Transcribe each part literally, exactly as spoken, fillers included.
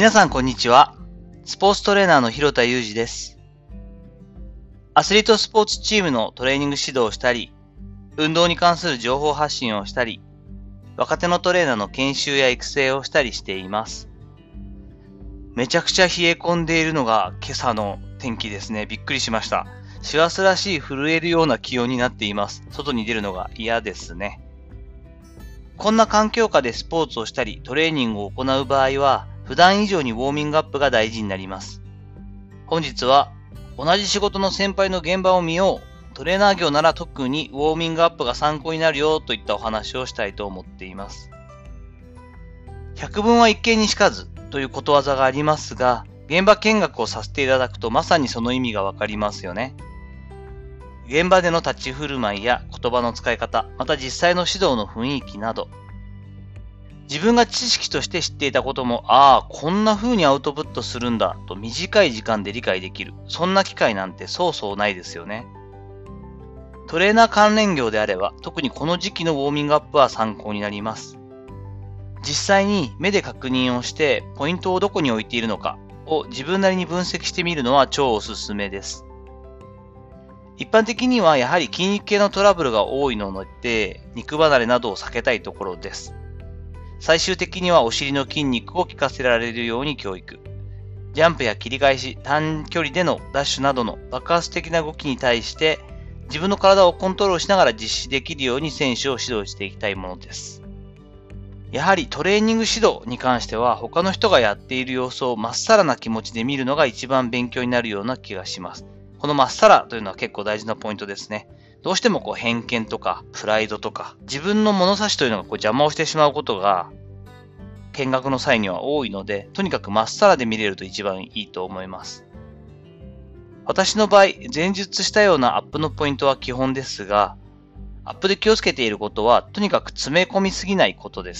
皆さんこんにちは。スポーツトレーナーの広田裕二です。アスリートスポーツチームのトレーニング指導をしたり、運動に関する情報発信をしたり、若手のトレーナーの研修や育成をしたりしています。めちゃくちゃ冷え込んでいるのが今朝の天気ですね。びっくりしました。師走らしい震えるような気温になっています。外に出るのが嫌ですね。こんな環境下でスポーツをしたりトレーニングを行う場合は、普段以上にウォーミングアップが大事になります。本日は同じ仕事の先輩の現場を見よう。トレーナー業なら特にウォーミングアップが参考になるよといったお話をしたいと思っています。百聞は一見にしかずということわざがありますが、現場見学をさせていただくとまさにその意味がわかりますよね。現場での立ち振る舞いや言葉の使い方、また実際の指導の雰囲気など、自分が知識として知っていたことも、ああ、こんな風にアウトプットするんだと短い時間で理解できる。そんな機会なんてそうそうないですよね。トレーナー関連業であれば、特にこの時期のウォーミングアップは参考になります。実際に目で確認をして、ポイントをどこに置いているのかを自分なりに分析してみるのは超おすすめです。一般的にはやはり筋肉系のトラブルが多いので、肉離れなどを避けたいところです。最終的にはお尻の筋肉を効かせられるように教育。ジャンプや切り返し、短距離でのダッシュなどの爆発的な動きに対して自分の体をコントロールしながら実施できるように選手を指導していきたいものです。やはりトレーニング指導に関しては他の人がやっている様子をまっさらな気持ちで見るのが一番勉強になるような気がします。このまっさらというのは結構大事なポイントですね。どうしてもこう偏見とかプライドとか自分の物差しというのがこう邪魔をしてしまうことが見学の際には多いので、とにかくまっさらで見れると一番いいと思います。私の場合、前述したようなアップのポイントは基本ですが、アップで気をつけていることはとにかく詰め込みすぎないことです。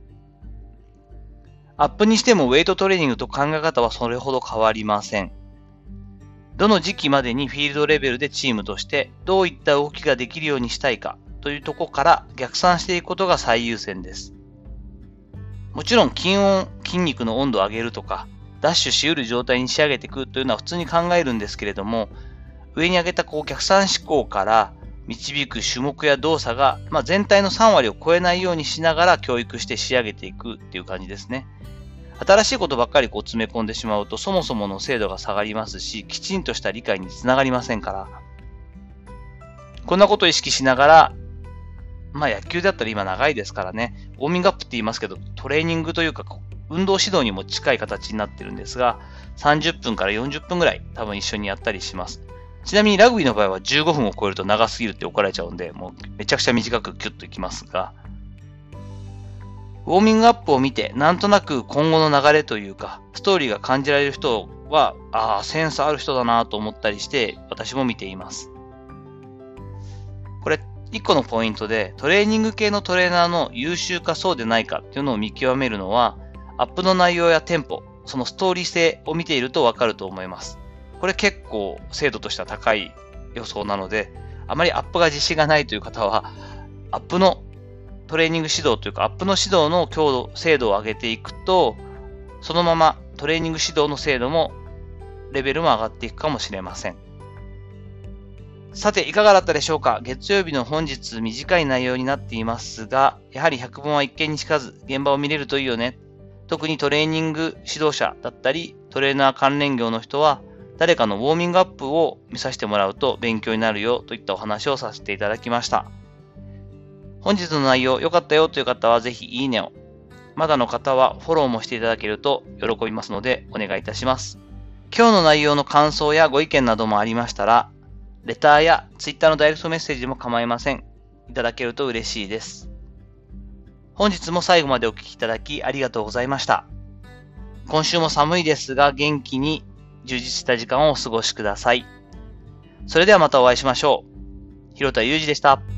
アップにしてもウェイトトレーニングと考え方はそれほど変わりません。どの時期までにフィールドレベルでチームとしてどういった動きができるようにしたいかというところから逆算していくことが最優先です。もちろん筋温、筋肉の温度を上げるとかダッシュしうる状態に仕上げていくというのは普通に考えるんですけれども、上に挙げたこう逆算思考から導く種目や動作が、まあ、全体のさんわりを超えないようにしながら教育して仕上げていくっていう感じですね。新しいことばっかりこう詰め込んでしまうとそもそもの精度が下がりますし、きちんとした理解につながりませんから。こんなことを意識しながら、まあ野球だったら今長いですからね、ウォーミングアップって言いますけど、トレーニングというか運動指導にも近い形になってるんですが、さんじゅっぷんからよんじゅっぷんぐらい多分一緒にやったりします。ちなみにラグビーの場合はじゅうごふんを超えると長すぎるって怒られちゃうんで、もうめちゃくちゃ短くキュッといきますが、ウォーミングアップを見て、なんとなく今後の流れというか、ストーリーが感じられる人は、ああ、センスある人だなと思ったりして、私も見ています。これ、一個のポイントで、トレーニング系のトレーナーの優秀かそうでないかっていうのを見極めるのは、アップの内容やテンポ、そのストーリー性を見ているとわかると思います。これ結構精度としては高い予想なので、あまりアップが自信がないという方は、アップのトレーニング指導というかアップの指導の強度、精度を上げていくと、そのままトレーニング指導の精度もレベルも上がっていくかもしれません。さていかがだったでしょうか。月曜日の本日短い内容になっていますが、やはり百聞は一見にしかず、現場を見れるといいよね。特にトレーニング指導者だったりトレーナー関連業の人は誰かのウォーミングアップを見させてもらうと勉強になるよといったお話をさせていただきました。本日の内容良かったよという方はぜひいいねを。まだの方はフォローもしていただけると喜びますのでお願いいたします。今日の内容の感想やご意見などもありましたら、レターやツイッターのダイレクトメッセージでも構いません。いただけると嬉しいです。本日も最後までお聞きいただきありがとうございました。今週も寒いですが元気に充実した時間をお過ごしください。それではまたお会いしましょう。広田裕二でした。